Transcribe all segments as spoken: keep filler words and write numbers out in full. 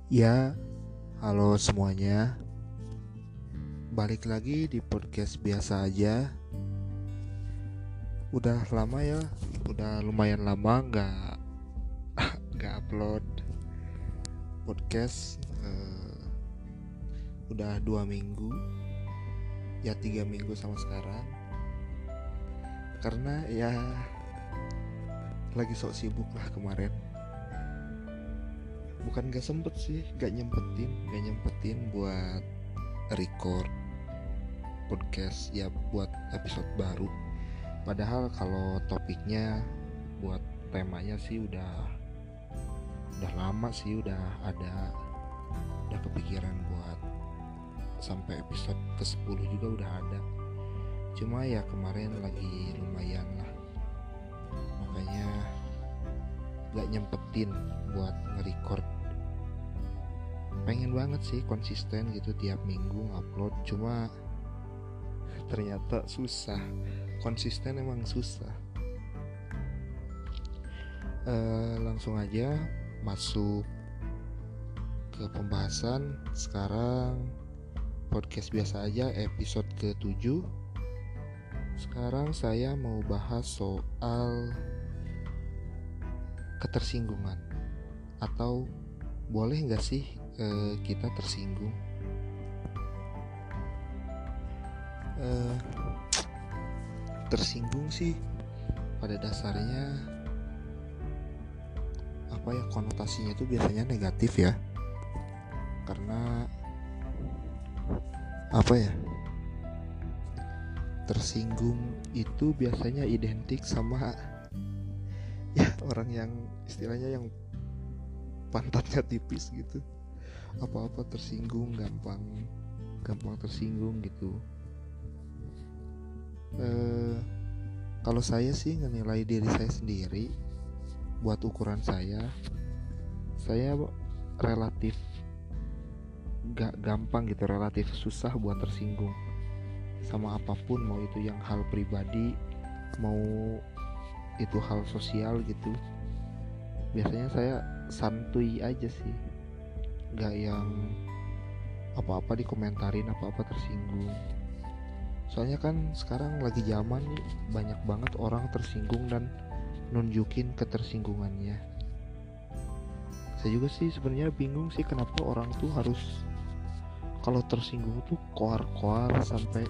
Ya, halo semuanya. Balik lagi di podcast biasa aja. Udah lama ya, udah lumayan lama nggak nggak upload podcast. Eh, udah dua minggu, ya tiga minggu sama sekarang. Karena ya lagi sok sibuk lah kemarin. Bukan gak sempet sih, gak nyempetin, gak nyempetin buat record podcast ya, buat episode baru. Padahal kalau topiknya buat temanya sih udah udah lama sih, udah ada udah kepikiran buat sampai episode ke sepuluh juga udah ada. Cuma ya kemarin lagi lumayan lah, makanya gak nyempetin buat nge-record. Pengen banget sih konsisten gitu tiap minggu ngupload, cuma ternyata susah. Konsisten emang susah. E, langsung aja masuk ke pembahasan. Sekarang podcast biasa aja episode ketujuh. Sekarang saya mau bahas soal ketersinggungan, atau boleh gak sih e, kita tersinggung. e, Tersinggung sih pada dasarnya apa ya, konotasinya itu biasanya negatif ya, karena apa ya, tersinggung itu biasanya identik sama ya orang yang istilahnya yang pantatnya tipis gitu, apa-apa tersinggung, gampang gampang tersinggung gitu. Eh, kalau saya sih ngenilai diri saya sendiri, buat ukuran saya, saya relatif gak gampang gitu, relatif susah buat tersinggung sama apapun, mau itu yang hal pribadi, mau itu hal sosial gitu. Biasanya saya santuy aja sih, gak yang apa-apa dikomentarin, apa-apa tersinggung. Soalnya kan sekarang lagi zaman nih, banyak banget orang tersinggung dan nunjukin ketersinggungannya. Saya juga sih sebenarnya bingung sih kenapa orang tuh harus kalau tersinggung tuh koar-koar sampai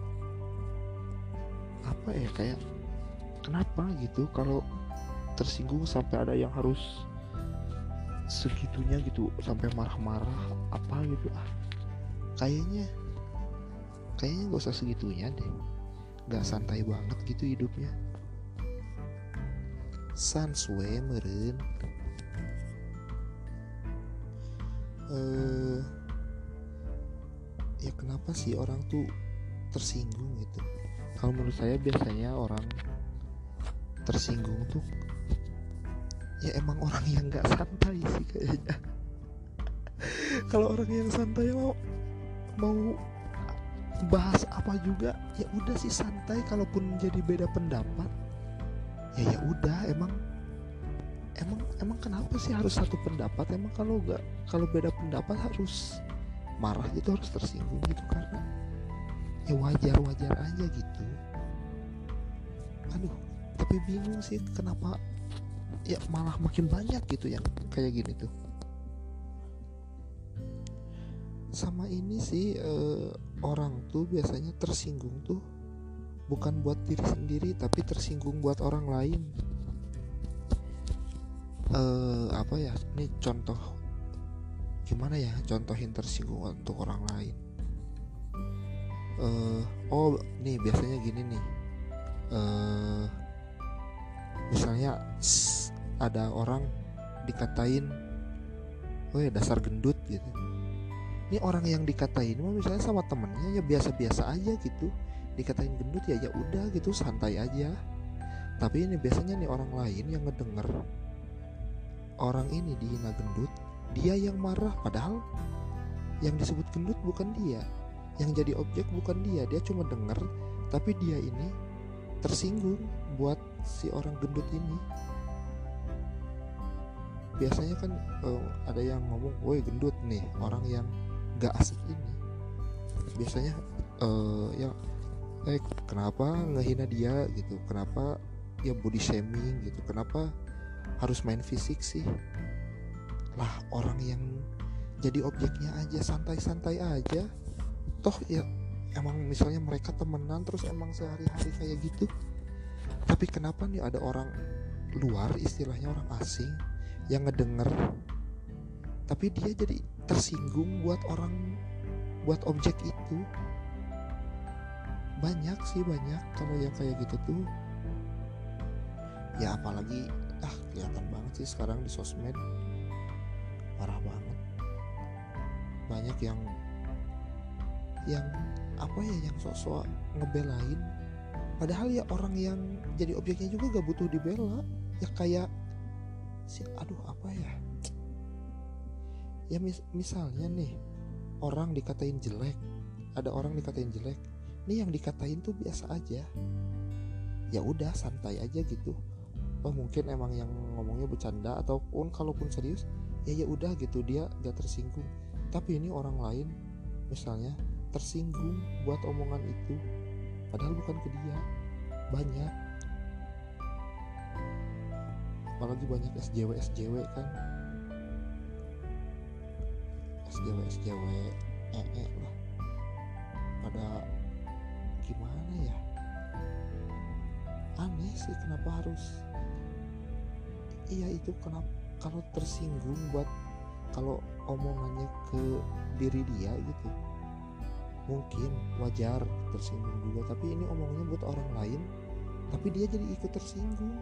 apa ya, kayak kenapa gitu kalau tersinggung sampai ada yang harus segitunya gitu, sampai marah-marah apa gitu. Ah, kayaknya kayaknya gak usah segitunya deh, gak santai banget gitu hidupnya. Sans we meren. Eh, ya kenapa sih orang tuh tersinggung gitu? Kalau menurut saya biasanya orang tersinggung tuh ya emang orang yang gak santai sih kayaknya. Kalau orang yang santai mau mau bahas apa juga ya udah sih santai, kalaupun jadi beda pendapat ya ya udah, emang emang emang kenapa sih harus satu pendapat? Emang kalau nggak, kalau beda pendapat harus marah gitu, harus tersinggung gitu? Karena ya wajar wajar aja gitu. Aduh, tapi bingung sih kenapa ya malah makin banyak gitu yang kayak gini tuh. Sama ini sih, eh, orang tuh biasanya tersinggung tuh bukan buat diri sendiri, tapi tersinggung buat orang lain. Eh, apa ya? Ini contoh gimana ya? Contohin tersinggung untuk orang lain. Eh, oh, nih biasanya gini nih. Eh, misalnya ada orang dikatain, "Woi, dasar gendut" gitu. Ini orang yang dikatain mah misalnya sama temennya ya biasa-biasa aja gitu, dikatain gendut ya ya udah gitu, santai aja. Tapi ini biasanya nih orang lain yang ngedenger orang ini dihina gendut, dia yang marah, padahal yang disebut gendut bukan dia, yang jadi objek bukan dia, dia cuma denger, tapi dia ini tersinggung buat si orang gendut ini. biasanya kan uh, ada yang ngomong, woi gendut nih orang yang gak asik ini. Biasanya uh, ya eh kenapa ngehina dia gitu, kenapa ya body shaming gitu, kenapa harus main fisik sih. Lah orang yang jadi objeknya aja santai-santai aja, toh ya emang misalnya mereka temenan terus emang sehari-hari kayak gitu. Tapi kenapa nih ada orang luar, istilahnya orang asing yang ngedenger, tapi dia jadi tersinggung buat orang, buat objek itu. Banyak sih, banyak kalau yang kayak gitu tuh. Ya apalagi ah kelihatan banget sih sekarang di sosmed, parah banget. Banyak yang yang apa ya, yang sok-sok ngebelain, padahal ya orang yang jadi objeknya juga gak butuh dibela. Ya kayak si aduh apa ya, ya mis- misalnya nih orang dikatain jelek, ada orang dikatain jelek, nih yang dikatain tuh biasa aja, ya udah santai aja gitu. Oh mungkin emang yang ngomongnya bercanda, ataupun kalaupun serius ya ya udah gitu, dia gak tersinggung. Tapi ini orang lain misalnya tersinggung buat omongan itu, padahal bukan ke dia. Banyak, apalagi banyak S J W S J W kan, S J W S J W ee -e lah, pada gimana ya, aneh sih kenapa harus, iya itu kenapa kalau tersinggung buat, kalau omongannya ke diri dia gitu mungkin wajar tersinggung juga, tapi ini omongannya buat orang lain tapi dia jadi ikut tersinggung.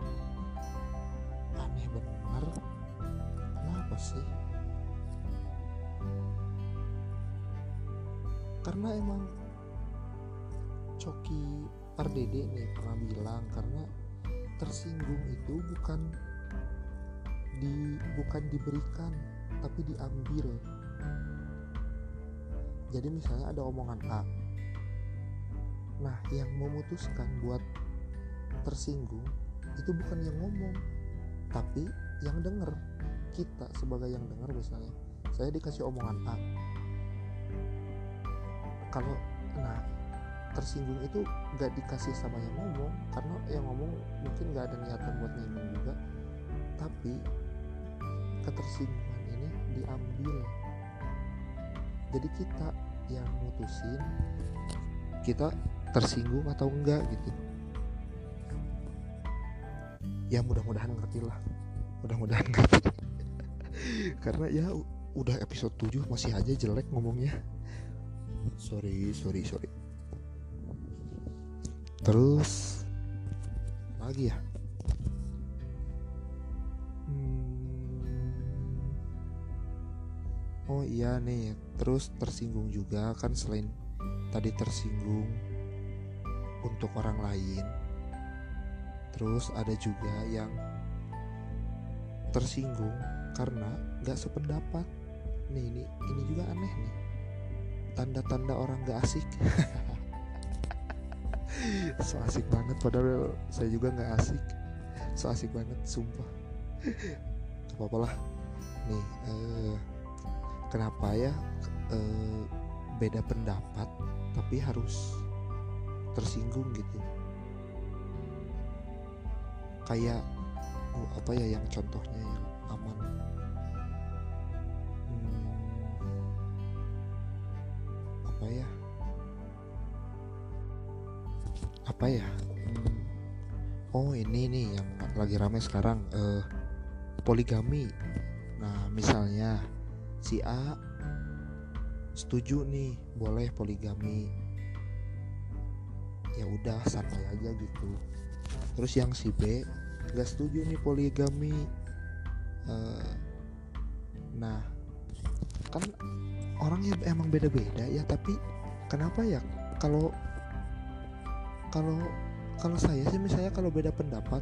Aneh benar, kenapa sih? Karena emang Coki Pardede nih pernah bilang, karena tersinggung itu bukan di bukan diberikan tapi diambil. Jadi misalnya ada omongan A, nah yang memutuskan buat tersinggung itu bukan yang ngomong tapi yang denger. Kita sebagai yang denger, misalnya saya dikasih omongan A, kalau nah tersinggung itu gak dikasih sama yang ngomong, karena yang ngomong mungkin gak ada niatan buat nyinggung juga, tapi ketersinggungan ini diambil. Jadi kita yang mutusin kita tersinggung atau enggak gitu. Ya mudah-mudahan ngerti lah, mudah-mudahan ngerti. Karena ya udah episode tujuh masih aja jelek ngomongnya. Sorry, sorry, sorry. Terus lagi ya. Oh iya nih, terus tersinggung juga kan, selain tadi tersinggung untuk orang lain, terus ada juga yang tersinggung karena gak sependapat. Nih ini ini juga aneh nih, tanda-tanda orang gak asik. So asik banget, padahal saya juga gak asik. So asik banget, sumpah. Gak apa-apa lah. Nih eh kenapa ya eh, beda pendapat tapi harus tersinggung gitu. Kayak oh, apa ya yang contohnya yang aman, hmm, apa ya apa ya hmm, oh ini nih yang lagi rame sekarang, eh, poligami. Nah misalnya si A setuju nih boleh poligami, ya udah santai aja gitu. Terus yang si B nggak setuju nih poligami. Uh, nah kan orangnya emang beda-beda ya, tapi kenapa ya kalau kalau kalau saya sih misalnya kalau beda pendapat,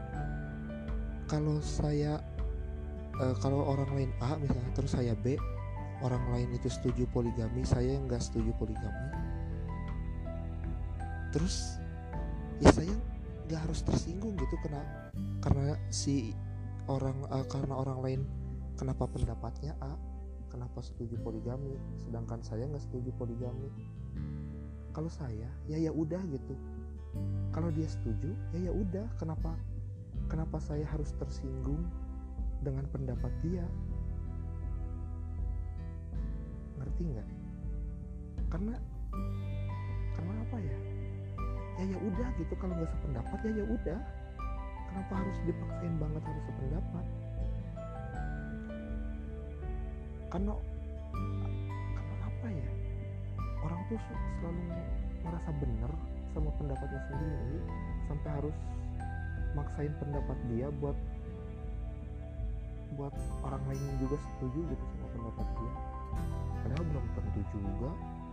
kalau saya Uh, kalau orang lain A misalnya, terus saya B, orang lain itu setuju poligami, saya yang nggak setuju poligami, terus ya saya nggak harus tersinggung gitu, kena karena si orang uh, karena orang lain kenapa pendapatnya A, kenapa setuju poligami sedangkan saya nggak setuju poligami. Kalau saya ya ya udah gitu, kalau dia setuju ya ya udah, kenapa kenapa saya harus tersinggung dengan pendapat dia? Ngerti nggak? Karena karena apa ya? Ya ya udah gitu, kalau nggak sependapat ya ya udah. Kenapa harus dipaksain banget harus sependapat? Karena karena apa ya? Orang tuh selalu merasa benar sama pendapatnya sendiri sampai harus maksain pendapat dia buat buat orang lain juga setuju gitu sama pendapat dia. Padahal belum tentu juga.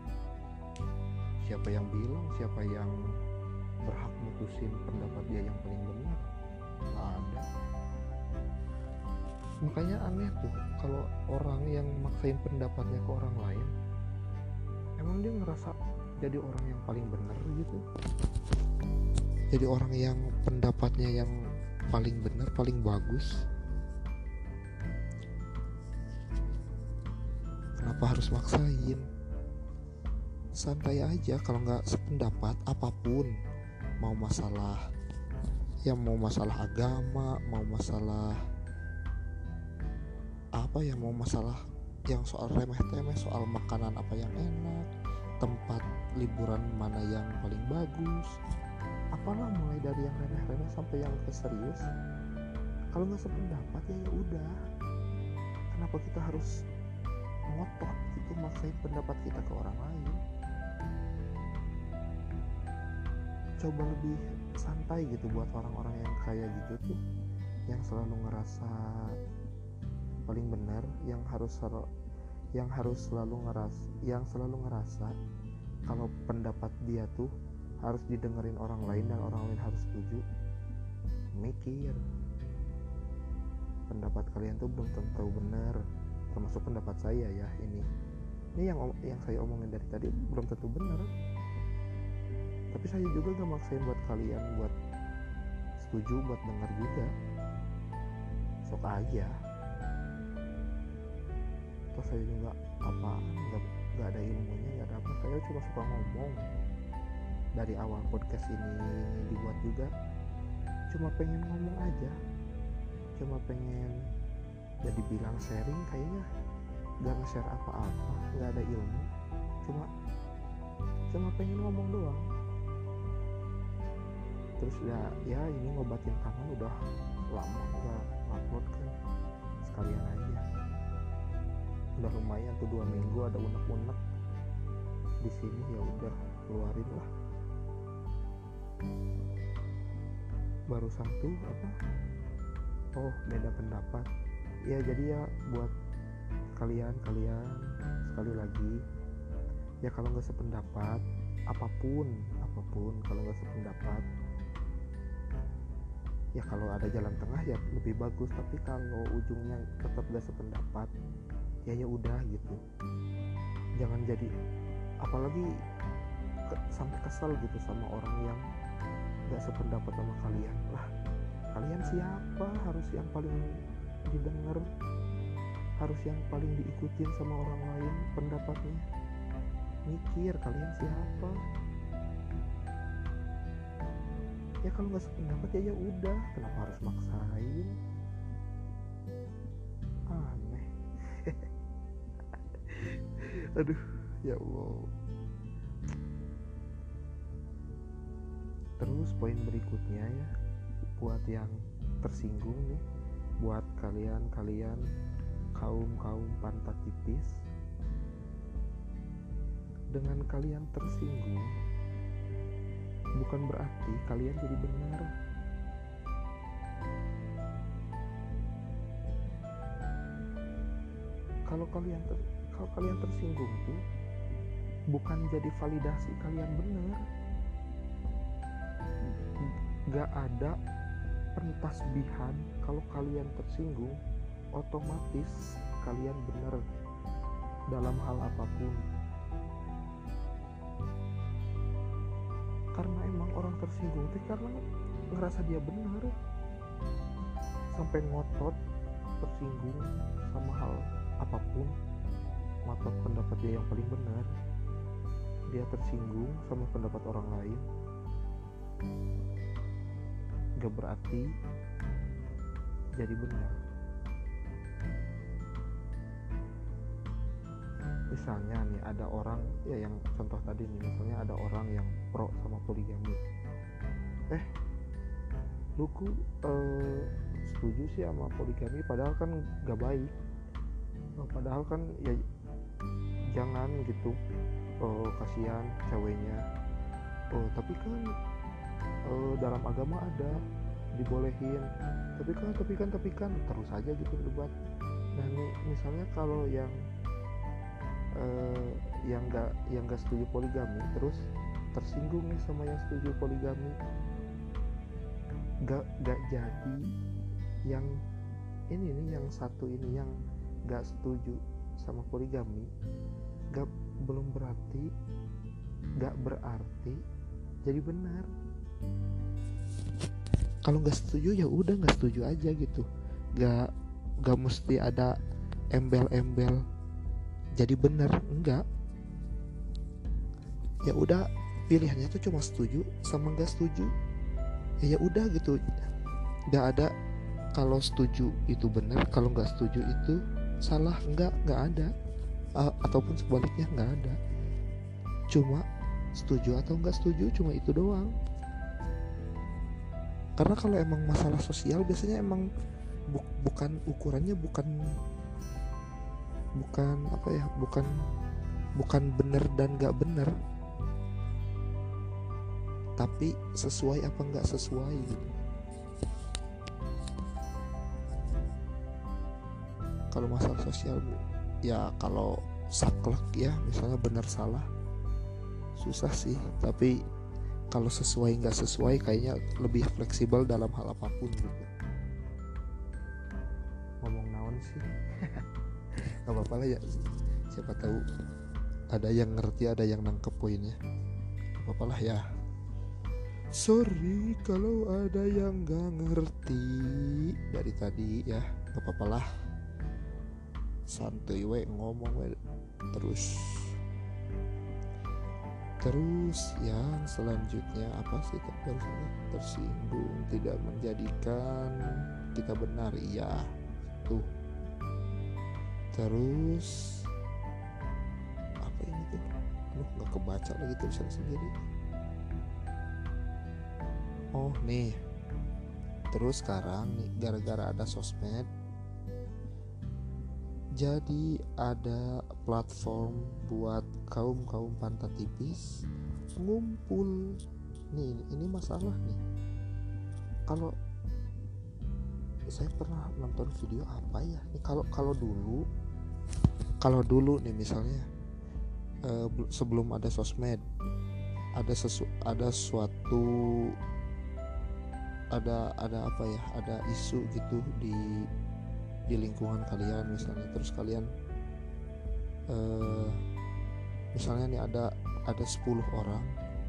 Siapa yang bilang, siapa yang berhak mutusin pendapat dia yang paling benar? Nggak ada. Makanya aneh tuh kalau orang yang maksain pendapatnya ke orang lain, emang dia ngerasa jadi orang yang paling benar gitu, jadi orang yang pendapatnya yang paling benar, paling bagus. Kenapa harus maksain? Santai aja, kalau nggak sependapat apapun, mau masalah ya mau masalah agama, mau masalah apa ya, mau masalah yang soal remeh-temeh, soal makanan apa yang enak, tempat liburan mana yang paling bagus, apalah, mulai dari yang remeh-remeh sampai yang keserius. Kalau nggak sependapat ya ya udah. Kenapa kita harus ngotot gitu maksain pendapat kita ke orang lain? Coba lebih santai gitu buat orang-orang yang kayak gitu tuh, yang selalu ngerasa paling benar, yang harus yang harus selalu ngerasa yang selalu ngerasa kalau pendapat dia tuh harus didengerin orang lain dan orang lain harus setuju. Mikir, pendapat kalian tuh belum tentu benar, termasuk pendapat saya ya. Ini ini yang yang saya omongin dari tadi belum tentu benar, tapi saya juga gak maksain buat kalian buat setuju, buat denger juga. Sok aja. Atau saya juga apa gak, gak ada ilmunya, gak ada apa. Saya cuma suka ngomong. Dari awal podcast ini dibuat juga cuma pengen ngomong aja, cuma pengen jadi bilang sharing, kayaknya gak nge-share apa-apa, gak ada ilmu, cuma cuma pengen ngomong doang. Terus ya ya ini ngobatin tangan, udah lama gak upload kan, sekalian aja. Udah lumayan tuh dua minggu ada unek-unek di sini, ya udah keluarin lah. Baru satu apa? Oh, beda pendapat. Ya jadi ya buat kalian-kalian sekali lagi, ya kalau nggak sependapat apapun apapun kalau nggak sependapat ya kalau ada jalan tengah ya lebih bagus. Tapi kalau ujungnya tetap nggak sependapat ya ya udah gitu. Jangan jadi apalagi ke, sampai kesel gitu sama orang yang nggak sependapat sama kalian. Lah, kalian siapa? Harus yang paling didengar, harus yang paling diikutin sama orang lain pendapatnya. Mikir, kalian siapa? Ya kalau nggak sependapat ya ya udah, kenapa harus maksain? Aneh. Aduh, ya Allah. Terus poin berikutnya ya, buat yang tersinggung nih, buat kalian-kalian kaum-kaum pantat tipis, dengan kalian tersinggung bukan berarti kalian jadi benar. Kalau kalian ter, kalau kalian tersinggung tuh bukan jadi validasi kalian benar. Gak ada pentasbihan kalau kalian tersinggung otomatis kalian benar dalam hal apapun. Karena emang orang tersinggung itu karena ngerasa dia benar, sampai sampai ngotot tersinggung sama hal apapun, ngotot pendapat dia yang paling benar, dia tersinggung sama pendapat orang lain, gak berarti jadi benar. Misalnya nih ada orang ya, yang contoh tadi nih, misalnya ada orang yang pro sama poligami, eh lu ku eh, setuju sih sama poligami, padahal kan gak baik, padahal kan ya jangan gitu, oh kasihan ceweknya, oh tapi kan eh, dalam agama ada dibolehin, tapi kan tapi kan tapi kan terus aja gitu debat. Nah nih misalnya kalau yang eh, yang gak yang gak setuju poligami terus tersinggung nih sama yang setuju poligami, gak gak jadi yang ini nih, yang satu ini yang gak setuju sama poligami, gak belum berarti gak berarti jadi benar. Kalau gak setuju ya udah gak setuju aja gitu, gak gak mesti ada embel-embel jadi benar, enggak. Ya udah pilihannya tuh cuma setuju sama gak setuju. Ya ya udah gitu, gak ada kalau setuju itu benar, kalau gak setuju itu salah, enggak, enggak ada. A- ataupun sebaliknya enggak ada. Cuma setuju atau enggak setuju, cuma itu doang. Karena kalau emang masalah sosial biasanya emang bu- bukan ukurannya bukan bukan apa ya, bukan bukan benar dan gak benar, tapi sesuai apa enggak sesuai gitu. Kalau masalah sosial ya kalau saklek ya, misalnya benar salah susah sih, tapi kalau sesuai nggak sesuai kayaknya lebih fleksibel dalam hal apapun gitu. Ngomong naon sih nggak apa-apa lah ya, siapa tahu ada yang ngerti, ada yang nangkep poinnya, nggak apa-apa lah ya. Sorry kalau ada yang nggak ngerti dari tadi ya, nggak apa-apa lah, santuy we ngomong we terus. Terus yang selanjutnya apa sih, tersinggung tidak menjadikan kita benar, iya tuh. Terus apa ini tuh, aduh nggak kebaca lagi tulisan sendiri. Oh nih, terus sekarang nih gara-gara ada sosmed, jadi ada platform buat kaum-kaum pantat tipis ngumpul. Nih ini masalah nih. Kalau saya pernah nonton video apa ya? Nih kalau kalau dulu kalau dulu nih misalnya eh, sebelum ada sosmed, ada sesu, ada suatu ada ada apa ya? Ada isu gitu di di lingkungan kalian misalnya, terus kalian uh, misalnya nih ada ada sepuluh orang,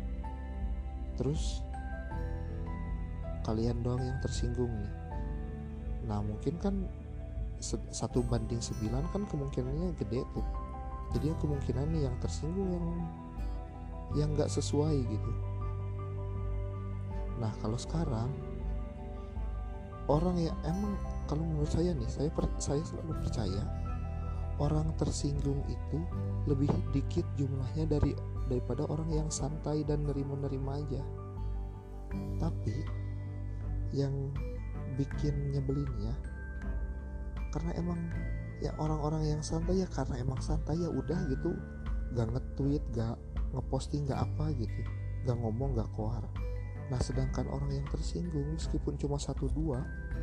terus kalian doang yang tersinggung nih. Nah mungkin kan satu banding sembilan kan kemungkinannya gede tuh, jadi kemungkinan nih yang tersinggung yang yang nggak sesuai gitu. Nah kalau sekarang orang yang emang, kalau menurut saya nih, saya per, saya selalu percaya orang tersinggung itu lebih dikit jumlahnya dari daripada orang yang santai dan nerima-nerima aja. Tapi yang bikin nyebelinnya karena emang ya orang-orang yang santai ya karena emang santai ya udah gitu, gak nge-tweet, gak ngeposting, gak apa gitu, gak ngomong, gak koar. Nah sedangkan orang yang tersinggung meskipun cuma satu dua,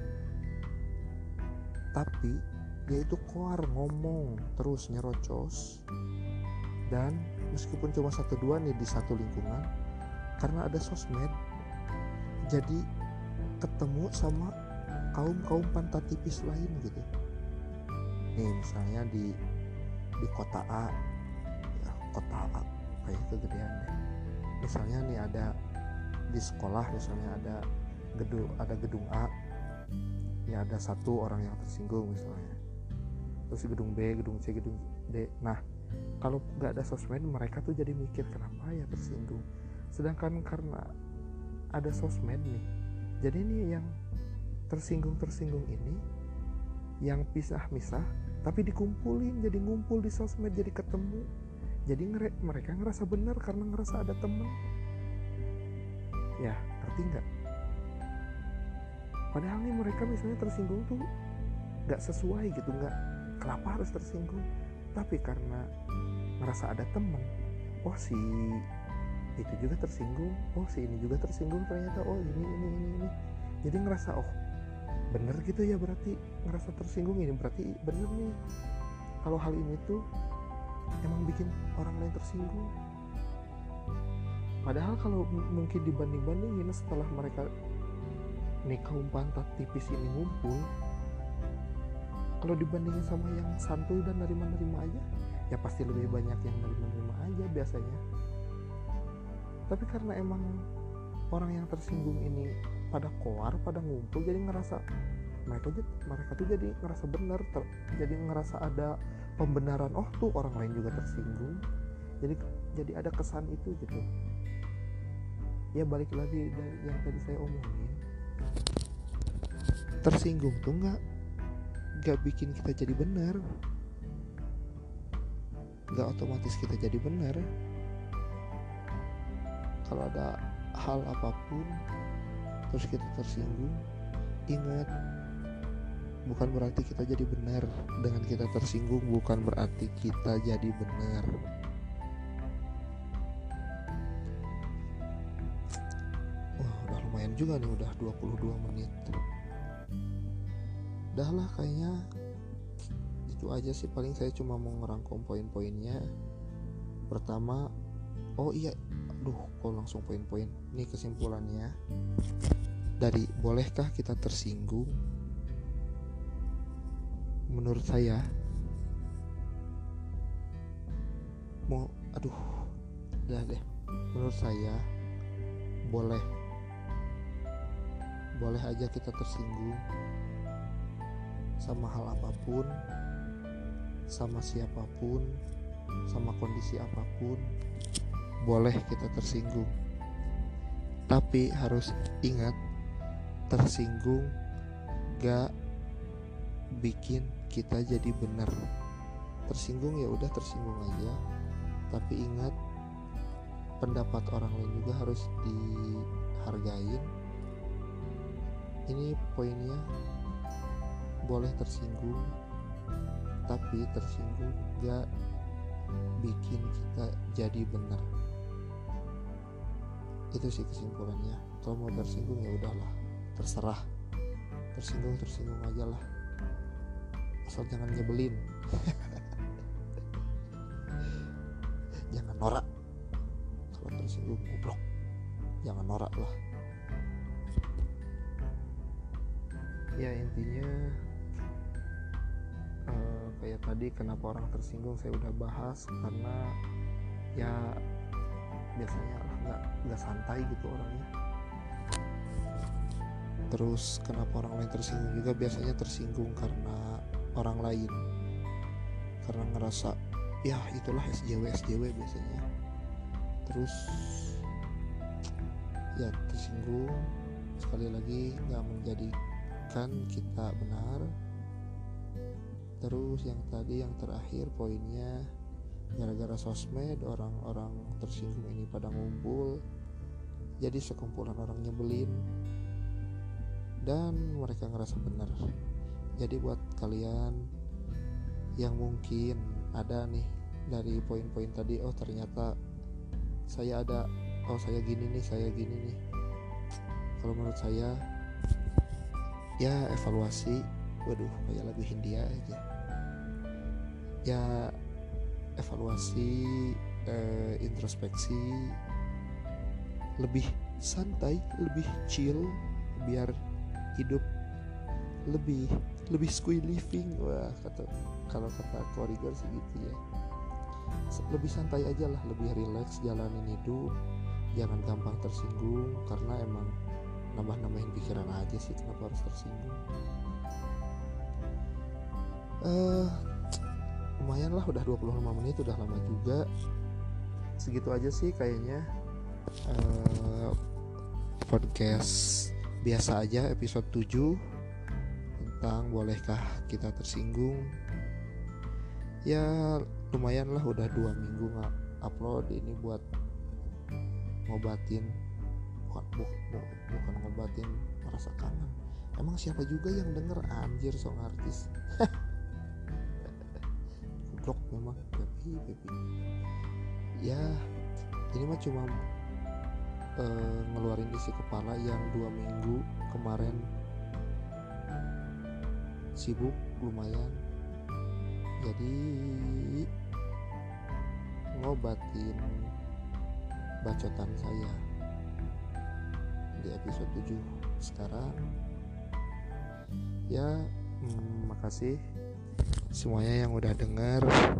tapi dia itu koar, ngomong terus, nyerocos. Dan meskipun cuma satu dua nih di satu lingkungan, karena ada sosmed, jadi ketemu sama kaum-kaum pantat tipis lain gitu. Nih misalnya di di kota A, ya, kota A kayak kegedean deh. Misalnya nih ada di sekolah, misalnya ada gedung ada gedung A, ini ya ada satu orang yang tersinggung misalnya, terus gedung B, gedung C, gedung D. Nah kalau nggak ada sosmed mereka tuh jadi mikir kenapa ya tersinggung, sedangkan karena ada sosmed nih, jadi ini yang tersinggung-tersinggung ini yang pisah-misah tapi dikumpulin jadi ngumpul di sosmed, jadi ketemu, jadi ngere- mereka ngerasa benar karena ngerasa ada temen. Ya ngerti nggak? Padahal nih mereka misalnya tersinggung tuh nggak sesuai gitu, nggak kenapa harus tersinggung, tapi karena ngerasa ada temen, oh si itu juga tersinggung, oh si ini juga tersinggung ternyata, oh ini ini ini ini, jadi ngerasa oh bener gitu ya, berarti ngerasa tersinggung ini berarti bener nih kalau hal ini tuh emang bikin orang lain tersinggung. Padahal kalau m- mungkin dibanding-bandingin setelah mereka nih kaum pantat tipis ini ngumpul, kalau dibandingin sama yang santuy dan nerima-nerima aja, ya pasti lebih banyak yang nerima-nerima aja biasanya. Tapi karena emang orang yang tersinggung ini pada koar, pada ngumpul, jadi ngerasa mereka mereka tuh jadi ngerasa benar, ter, jadi ngerasa ada pembenaran, oh tuh orang lain juga tersinggung, jadi jadi ada kesan itu gitu. Ya balik lagi dari yang tadi saya omongin, tersinggung tuh nggak nggak bikin kita jadi benar, nggak otomatis kita jadi benar. Kalau ada hal apapun terus kita tersinggung, ingat bukan berarti kita jadi benar. Dengan kita tersinggung bukan berarti kita jadi benar. Wah udah lumayan juga nih, udah dua puluh dua menit. Udah lah kayaknya itu aja sih, paling saya cuma mau ngerangkum poin-poinnya. Pertama, oh iya, aduh kok langsung poin-poin. Nih kesimpulannya dari bolehkah kita tersinggung? Menurut saya mau aduh udah deh, menurut saya boleh boleh aja kita tersinggung sama hal apapun, sama siapapun, sama kondisi apapun, boleh kita tersinggung. Tapi harus ingat, tersinggung gak bikin kita jadi benar. Tersinggung ya udah tersinggung aja, tapi ingat pendapat orang lain juga harus dihargain. Ini poinnya, boleh tersinggung, tapi tersinggung gak bikin kita jadi benar. Itu sih kesimpulannya. Kalau mau tersinggung ya udahlah, terserah, tersinggung tersinggung aja lah, asal jangan nyebelin. Jangan norak. Kalau tersinggung goblok, jangan norak lah. Ya intinya uh, kayak tadi kenapa orang tersinggung saya udah bahas, karena ya biasanya nggak nggak santai gitu orangnya. Terus kenapa orang lain tersinggung juga, biasanya tersinggung karena orang lain, karena ngerasa ya itulah S J W S J W biasanya. Terus ya tersinggung sekali lagi nggak menjadikan kita benar. Terus yang tadi yang terakhir poinnya, gara-gara sosmed orang-orang tersinggung ini pada ngumpul, jadi sekumpulan orang nyebelin dan mereka ngerasa benar. Jadi buat kalian yang mungkin ada nih dari poin-poin tadi, oh ternyata saya ada, oh saya gini nih, saya gini nih. Kalau menurut saya ya evaluasi, waduh kayak lagu Hindia aja. Ya evaluasi, eh, introspeksi, lebih santai, lebih chill, biar hidup lebih lebih squee living. Wah kata kalau kata Korigor sih gitu ya, lebih santai aja lah, lebih relax jalanin hidup, jangan gampang tersinggung, karena emang nambah-nambahin pikiran aja sih, kenapa harus tersinggung. Eh, lumayan lah, udah dua puluh lima menit, udah lama juga. Segitu aja sih kayaknya. Eh, podcast biasa aja episode tujuh tentang bolehkah kita tersinggung. Ya lumayan lah, udah dua minggu nggak upload ini buat ngobatin, bukan, bukan, bukan ngobatin merasa kangen. Emang siapa juga yang denger, anjir, song artis. Goblok memang, baby, baby. Ya ini mah cuma uh, ngeluarin isi kepala yang dua minggu kemarin sibuk lumayan, jadi ngobatin bacotan saya di episode tujuh sekarang. Ya hmm, makasih semuanya yang udah denger.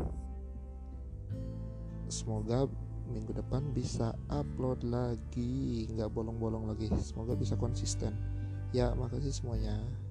Semoga minggu depan bisa upload lagi, nggak bolong-bolong lagi. Semoga bisa konsisten. Ya makasih semuanya.